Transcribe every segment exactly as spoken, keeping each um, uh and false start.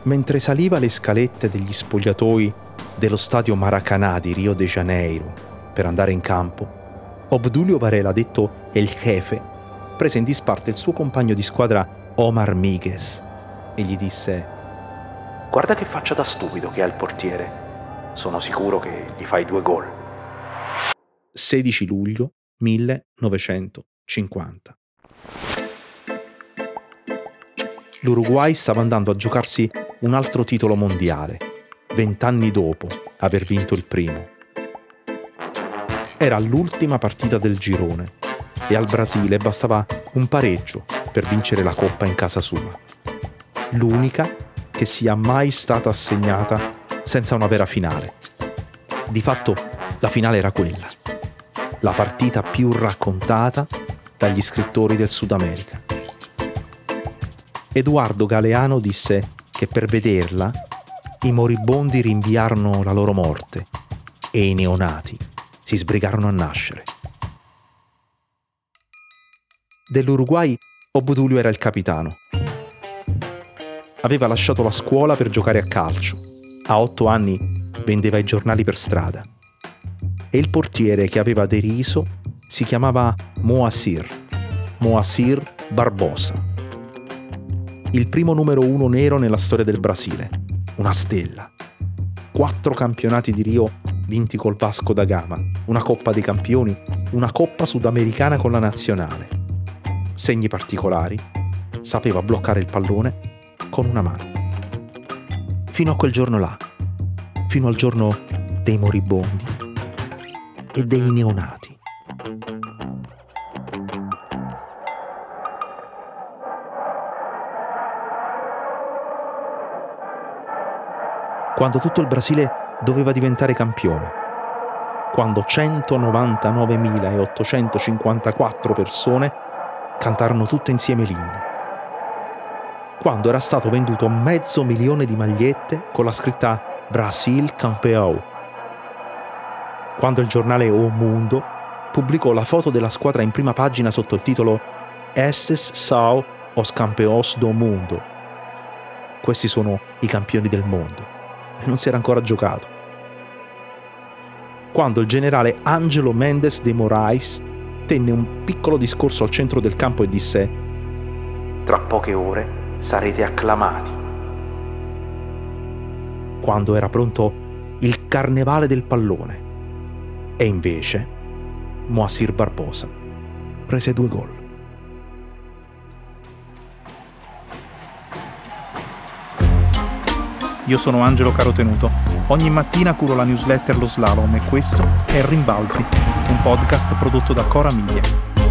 Mentre saliva le scalette degli spogliatoi dello stadio Maracanã di Rio de Janeiro per andare in campo, Obdulio Varela, detto El Jefe, prese in disparte il suo compagno di squadra Omar Miguez e gli disse: «Guarda che faccia da stupido che ha il portiere. Sono sicuro che gli fai due gol». sedici luglio millenovecentocinquanta. L'Uruguay stava andando a giocarsi un altro titolo mondiale, vent'anni dopo aver vinto il primo. Era l'ultima partita del girone e al Brasile bastava un pareggio per vincere la Coppa in casa sua. L'unica che sia mai stata assegnata senza una vera finale. Di fatto, la finale era quella, la partita più raccontata dagli scrittori del Sud America. Eduardo Galeano disse che per vederla i moribondi rinviarono la loro morte e i neonati si sbrigarono a nascere. Dell'Uruguay Obdulio era il capitano. Aveva lasciato la scuola per giocare a calcio. A otto anni vendeva i giornali per strada. E il portiere che aveva deriso si chiamava Moacir, Moacir Barbosa. Il primo numero uno nero nella storia del Brasile, una stella. Quattro campionati di Rio vinti col Vasco da Gama, una Coppa dei Campioni, una Coppa Sudamericana con la nazionale. Segni particolari, sapeva bloccare il pallone con una mano. Fino a quel giorno là, fino al giorno dei moribondi e dei neonati. Quando tutto il Brasile doveva diventare campione, quando centonovantanovemilaottocentocinquantaquattro persone cantarono tutte insieme l'inno, quando era stato venduto mezzo milione di magliette con la scritta Brasil Campeão, quando il giornale O Mundo pubblicò la foto della squadra in prima pagina sotto il titolo Esses são os campeões do mundo. Questi sono i campioni del mondo. E non si era ancora giocato. Quando il generale Ângelo Mendes de Moraes tenne un piccolo discorso al centro del campo e disse: «Tra poche ore sarete acclamati». Quando era pronto il carnevale del pallone. E invece Moacir Barbosa prese due gol. Io sono Angelo Carotenuto. Ogni mattina curo la newsletter Lo Slalom e questo è Rimbalzi, un podcast prodotto da Cora Media.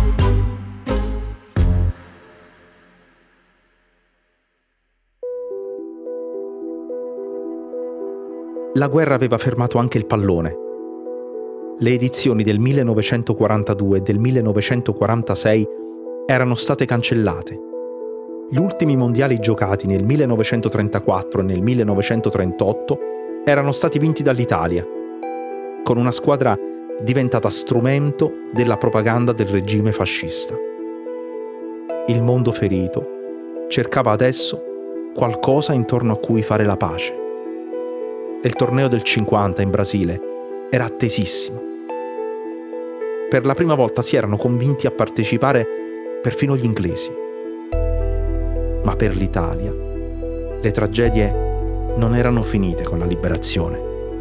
La guerra aveva fermato anche il pallone. Le edizioni del millenovecentoquarantadue e del millenovecentoquarantasei erano state cancellate. Gli ultimi mondiali giocati nel millenovecentotrentaquattro e nel millenovecentotrentotto erano stati vinti dall'Italia, con una squadra diventata strumento della propaganda del regime fascista. Il mondo ferito cercava adesso qualcosa intorno a cui fare la pace. E il torneo del cinquanta in Brasile era attesissimo. Per la prima volta si erano convinti a partecipare perfino gli inglesi. Ma per l'Italia le tragedie non erano finite con la liberazione.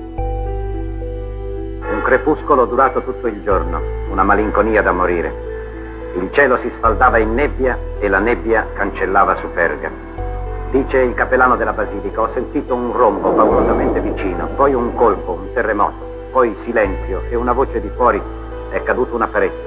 Un crepuscolo durato tutto il giorno, una malinconia da morire. Il cielo si sfaldava in nebbia e la nebbia cancellava Superga. Dice il cappellano della Basilica: ho sentito un rombo paurosamente vicino, poi un colpo, un terremoto, poi silenzio e una voce di fuori: è caduta una parete.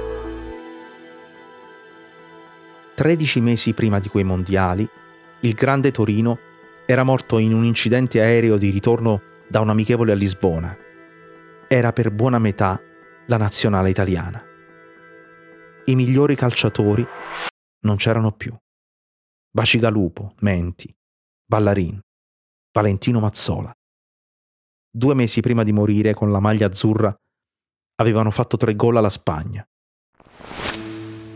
tredici mesi prima di quei mondiali, il grande Torino era morto in un incidente aereo di ritorno da un amichevole a Lisbona. Era per buona metà la nazionale italiana. I migliori calciatori non c'erano più. Bacigalupo, Menti, Ballarin, Valentino Mazzola. Due mesi prima di morire, con la maglia azzurra, avevano fatto tre gol alla Spagna.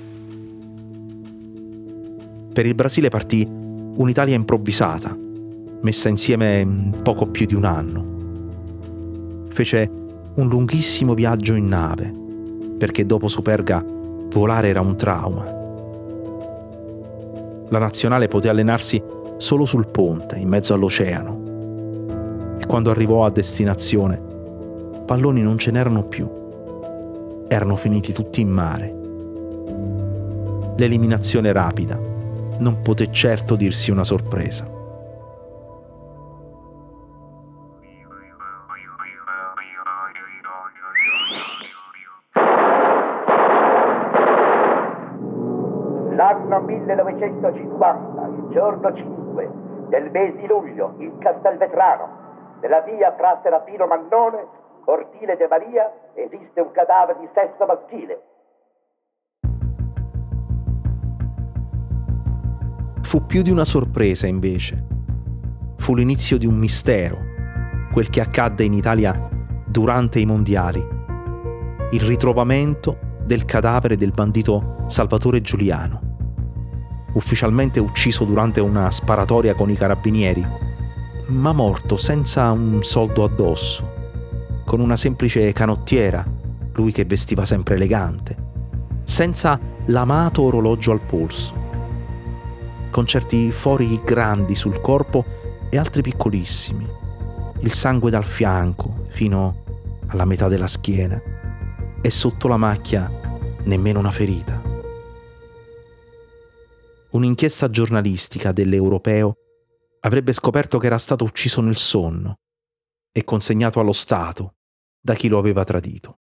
Per il Brasile partì un'Italia improvvisata, messa insieme poco più di un anno. Fece un lunghissimo viaggio in nave, perché dopo Superga volare era un trauma. La nazionale poté allenarsi solo sul ponte, in mezzo all'oceano. E quando arrivò a destinazione, palloni non ce n'erano più. Erano finiti tutti in mare. L'eliminazione rapida non poté certo dirsi una sorpresa. L'anno millenovecentocinquanta, il giorno cinque del mese di luglio, in Castelvetrano, nella via fra Serafino Mannone, cortile de Maria, esiste un cadavere di sesso maschile. Fu più di una sorpresa, invece. Fu l'inizio di un mistero, quel che accadde in Italia durante i mondiali. Il ritrovamento del cadavere del bandito Salvatore Giuliano, ufficialmente ucciso durante una sparatoria con i carabinieri, ma morto senza un soldo addosso, con una semplice canottiera, lui che vestiva sempre elegante, senza l'amato orologio al polso, con certi fori grandi sul corpo e altri piccolissimi, il sangue dal fianco fino alla metà della schiena e sotto la macchia nemmeno una ferita. Un'inchiesta giornalistica dell'Europeo avrebbe scoperto che era stato ucciso nel sonno e consegnato allo Stato da chi lo aveva tradito.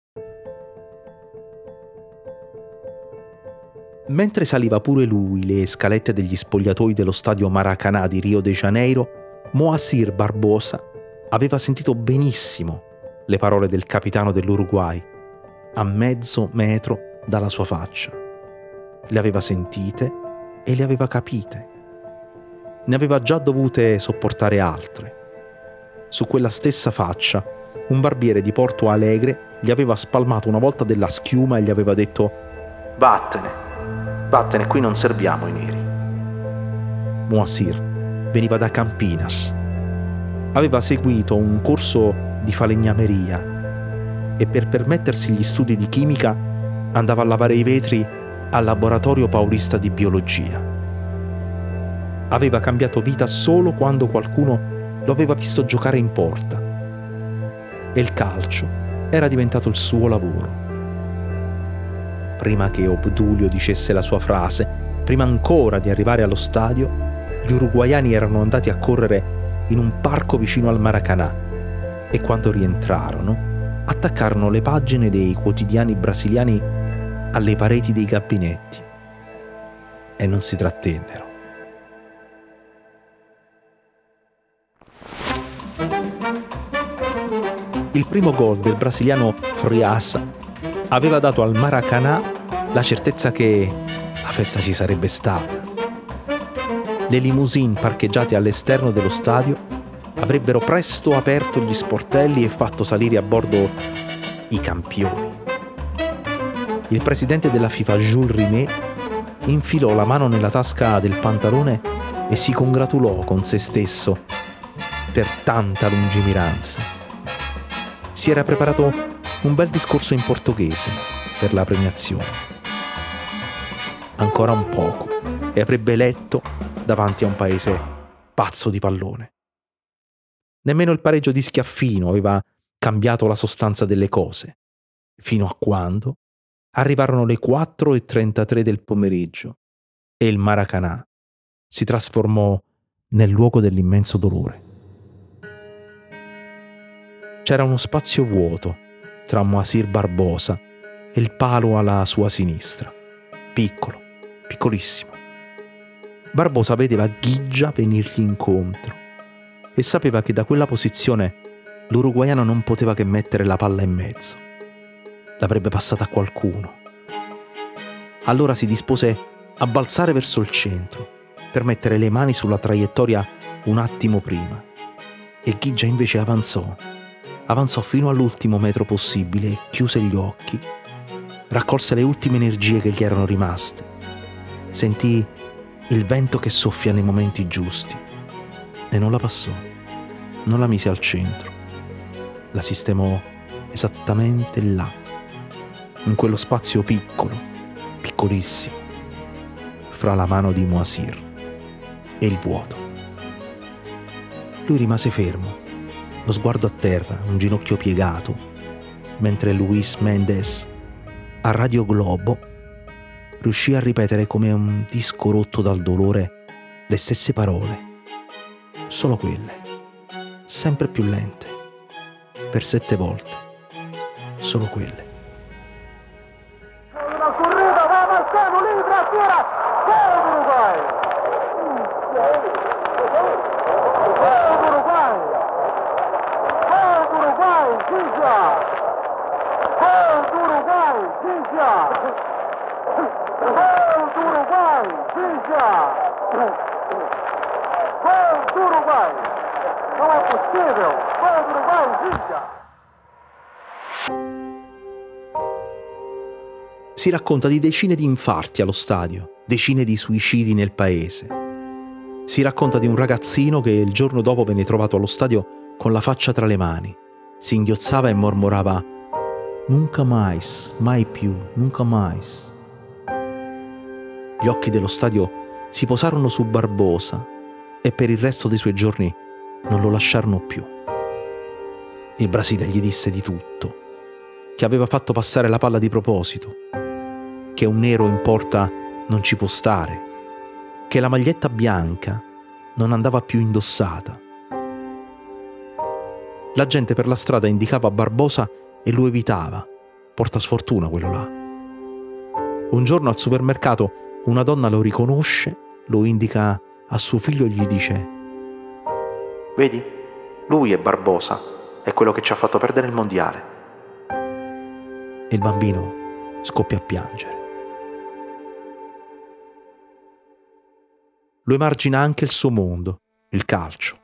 Mentre saliva pure lui le scalette degli spogliatoi dello stadio Maracanã di Rio de Janeiro, Moacir Barbosa aveva sentito benissimo le parole del capitano dell'Uruguay a mezzo metro dalla sua faccia. Le aveva sentite e le aveva capite. Ne aveva già dovute sopportare altre. Su quella stessa faccia, un barbiere di Porto Alegre gli aveva spalmato una volta della schiuma e gli aveva detto: «Vattene, vattene, qui non serviamo i neri». Moacir veniva da Campinas. Aveva seguito un corso di falegnameria e per permettersi gli studi di chimica andava a lavare i vetri al laboratorio paulista di biologia. Aveva cambiato vita solo quando qualcuno lo aveva visto giocare in porta e il calcio era diventato il suo lavoro. Prima che Obdulio dicesse la sua frase, prima ancora di arrivare allo stadio, gli uruguaiani erano andati a correre in un parco vicino al Maracanã e quando rientrarono attaccarono le pagine dei quotidiani brasiliani alle pareti dei gabinetti e non si trattennero. Il primo gol del brasiliano Frias aveva dato al Maracanã la certezza che la festa ci sarebbe stata. Le limousine parcheggiate all'esterno dello stadio avrebbero presto aperto gli sportelli e fatto salire a bordo i campioni. Il presidente della FIFA, Jules Rimet, infilò la mano nella tasca del pantalone e si congratulò con se stesso per tanta lungimiranza. Si era preparato un bel discorso in portoghese per la premiazione. Ancora un poco e avrebbe letto davanti a un paese pazzo di pallone. Nemmeno il pareggio di Schiaffino aveva cambiato la sostanza delle cose, fino a quando arrivarono le quattro e trentatré del pomeriggio e il Maracanã si trasformò nel luogo dell'immenso dolore. C'era uno spazio vuoto tra Moacir Barbosa e il palo alla sua sinistra, piccolo, piccolissimo. Barbosa vedeva Ghigia venirgli incontro e sapeva che da quella posizione l'uruguaiano non poteva che mettere la palla in mezzo. L'avrebbe passata a qualcuno. Allora si dispose a balzare verso il centro per mettere le mani sulla traiettoria un attimo prima. E Ghigia invece avanzò. Avanzò fino all'ultimo metro possibile e chiuse gli occhi. Raccolse le ultime energie che gli erano rimaste. Sentì il vento che soffia nei momenti giusti e non la passò, non la mise al centro, la sistemò esattamente là, in quello spazio piccolo, piccolissimo, fra la mano di Moasir e il vuoto. Lui rimase fermo, lo sguardo a terra, un ginocchio piegato, mentre Luis Méndez, a Radio Globo, riuscì a ripetere come un disco rotto dal dolore le stesse parole, solo quelle, sempre più lente, per sette volte, solo quelle. Una corrida, va Marcelo, libra, tira, gol d'Uruguay! Gol d'Uruguay! Gol d'Uruguay, Giglia! Gol d'Uruguay, Giglia! Gol d'Uruguay, Giglia! Gol d'Uruguay! Non è possibile! Gol d'Uruguay, Giglia! Si racconta di decine di infarti allo stadio, decine di suicidi nel paese. Si racconta di un ragazzino che il giorno dopo venne trovato allo stadio con la faccia tra le mani, si inghiozzava e mormorava «Nunca mais, mai più, nunca mais». Gli occhi dello stadio si posarono su Barbosa e per il resto dei suoi giorni non lo lasciarono più. Il Brasile gli disse di tutto, che aveva fatto passare la palla di proposito, che un nero in porta non ci può stare, che la maglietta bianca non andava più indossata. La gente per la strada indicava Barbosa e lo evitava, porta sfortuna quello là. Un giorno al supermercato una donna lo riconosce, lo indica a suo figlio e gli dice: «Vedi, lui è Barbosa, è quello che ci ha fatto perdere il mondiale». E il bambino scoppia a piangere. Lo emargina anche il suo mondo, il calcio.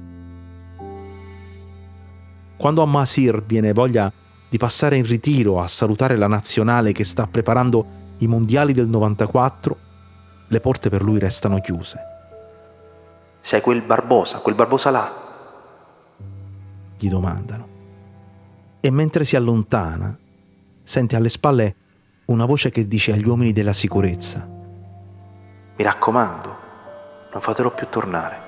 Quando a Moasir viene voglia di passare in ritiro a salutare la nazionale che sta preparando i mondiali del novantaquattro, le porte per lui restano chiuse. «Sei quel Barbosa, quel Barbosa là?» gli domandano. E mentre si allontana, sente alle spalle una voce che dice agli uomini della sicurezza: «Mi raccomando, non fatelo più tornare».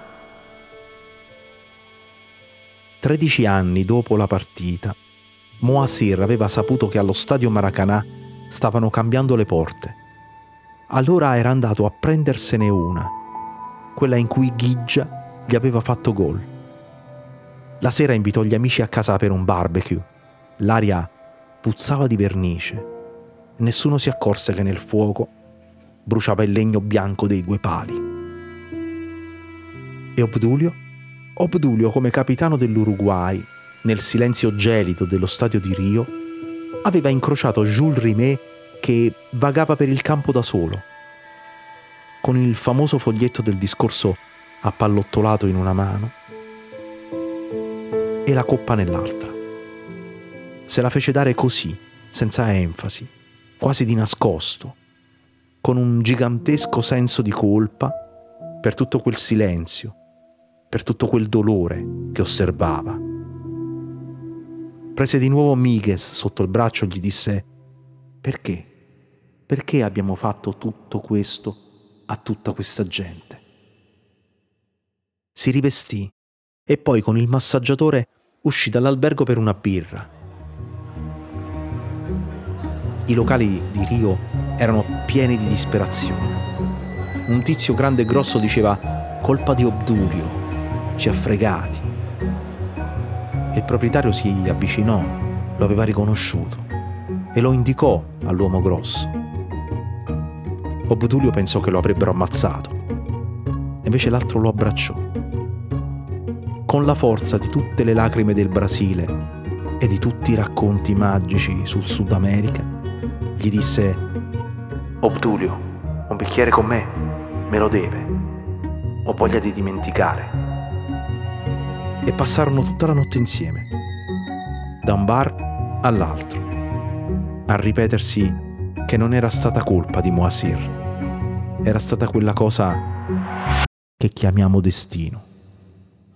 Tredici anni dopo la partita, Moasir aveva saputo che allo stadio Maracanã stavano cambiando le porte. Allora era andato a prendersene una, quella in cui Giggia gli aveva fatto gol. La sera invitò gli amici a casa per un barbecue. L'aria puzzava di vernice. Nessuno si accorse che nel fuoco bruciava il legno bianco dei due pali. E Obdulio? Obdulio, come capitano dell'Uruguay, nel silenzio gelido dello stadio di Rio, aveva incrociato Jules Rimet che vagava per il campo da solo, con il famoso foglietto del discorso appallottolato in una mano e la coppa nell'altra. Se la fece dare così, senza enfasi, quasi di nascosto, con un gigantesco senso di colpa per tutto quel silenzio, per tutto quel dolore che osservava. Prese di nuovo Miguez sotto il braccio e gli disse: «Perché? Perché abbiamo fatto tutto questo a tutta questa gente?» Si rivestì e poi con il massaggiatore uscì dall'albergo per una birra. I locali di Rio erano pieni di disperazione. Un tizio grande e grosso diceva: «Colpa di Obdulio, ci ha fregati». Il proprietario si avvicinò, lo aveva riconosciuto e lo indicò all'uomo grosso. Obdulio pensò che lo avrebbero ammazzato, invece l'altro lo abbracciò. Con la forza di tutte le lacrime del Brasile e di tutti i racconti magici sul Sud America, gli disse: «Obdulio, un bicchiere con me me lo deve, ho voglia di dimenticare». E passarono tutta la notte insieme, da un bar all'altro, a ripetersi che non era stata colpa di Moasir, era stata quella cosa che chiamiamo destino.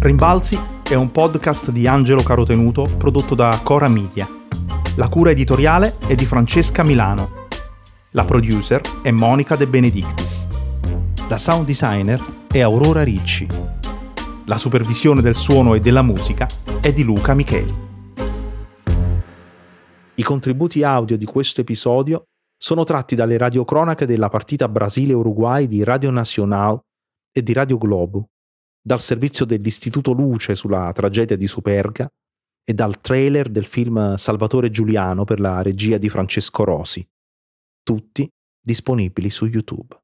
Rimbalzi è un podcast di Angelo Carotenuto prodotto da Cora Media. La cura editoriale è di Francesca Milano. La producer è Monica De Benedictis. La sound designer è Aurora Ricci. La supervisione del suono e della musica è di Luca Micheli. I contributi audio di questo episodio sono tratti dalle radiocronache della partita Brasile-Uruguay di Radio Nacional e di Radio Globo, dal servizio dell'Istituto Luce sulla tragedia di Superga e dal trailer del film Salvatore Giuliano per la regia di Francesco Rosi, tutti disponibili su YouTube.